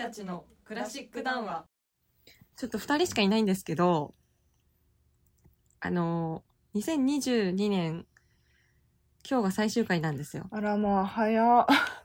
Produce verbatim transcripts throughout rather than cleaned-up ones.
たちのクラシック談話。 ちょっとふたりしかいないんですけど、あのにせんにじゅうにねん今日が最終回なんですよ。 あらまあ早っ。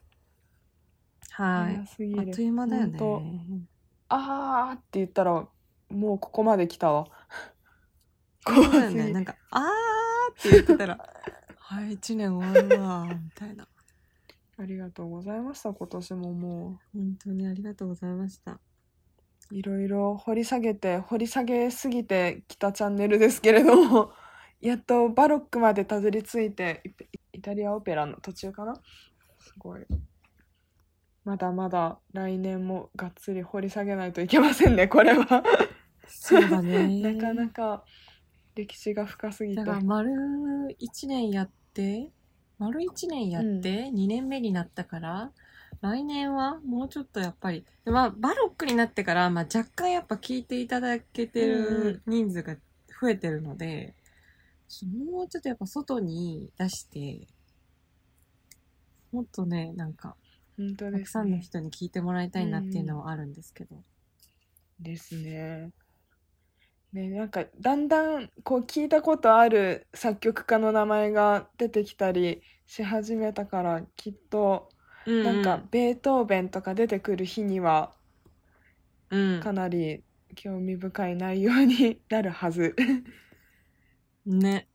はい。 早すぎる。 あっという間だよね。 ほんとあーって言ったらもうここまで来たわ。 そうだよね。なんかあーって言ってたらはい一年終わるわみたいな。 ありがとうございました。今年もも本当にありがとうございました。 ういろいろ掘り下げて掘り下げすぎてきたチャンネルですけれどもやっとバロックまでたどり着いて、イタリアオペラの途中かな。すごい。まだまだ来年もがっつり掘り下げないといけませんね、これは。 そうだね。 なかなか歴史が深すぎて。 だから丸いちねんやって丸いちねんやってにねんめになったから、うん、来年はもうちょっとやっぱり、まあ、バロックになってから、まあ、若干やっぱ聞いていただけてる人数が増えてるので、うん、もうちょっとやっぱ外に出してもっとねなんか本当ですね、 たくさんの人に聞いてもらいたいなっていうのはあるんですけど、 うん、ですね。ね、なんかだんだんこう聞いたことある作曲家の名前が出てきたりし始めたから、きっとなんかベートーベンとか出てくる日にはかなり興味深い内容になるはずね。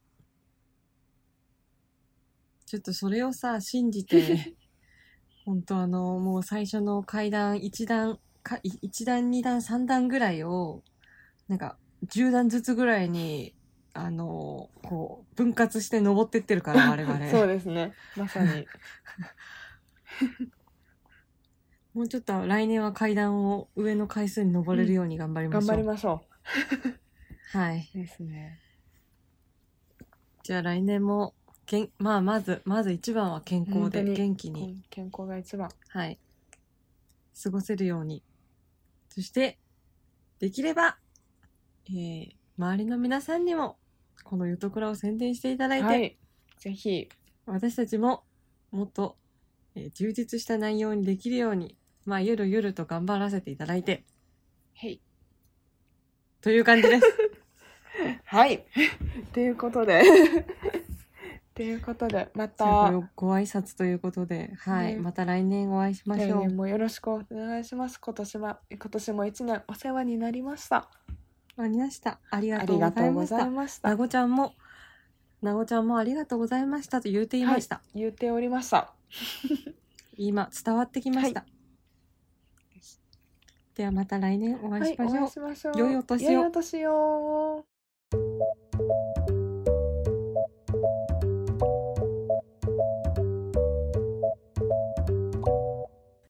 ちょっとそれをさ信じて本当あのもう最初の階段いち段かいち段に段さん段ぐらいをなんかじゅう段ずつぐらいにあのこう分割して登ってってるから我々 そうですね、まさにもうちょっと来年は階段を上の回数に登れるように頑張りましょう、 うん、頑張りましょうはいですね。 じゃあ来年もけん、まあ、まずまず一番は健康で元気に健康が一番はい過ごせるように、そしてできれば、えー、周りの皆さんにもこのゆとくらを宣伝していただいて、はい、 ぜひ私たちももっと、えー、充実した内容にできるように、まあゆるゆると頑張らせていただいて、 へいという感じですはいということでということでまたご挨拶ということで、はい、ね、また来年お会いしましょう。 来年もよろしくお願いします。今年は今年も一年お世話になりました。 ありました。ありがとうございました。ましたなごちゃんもなごちゃんもありがとうございましたと言うていました。はい、言うておりました今伝わってきました。はい、ではまた来年お会いしましょう。はい、お会いしましょう。良いお年を。 良いお年を。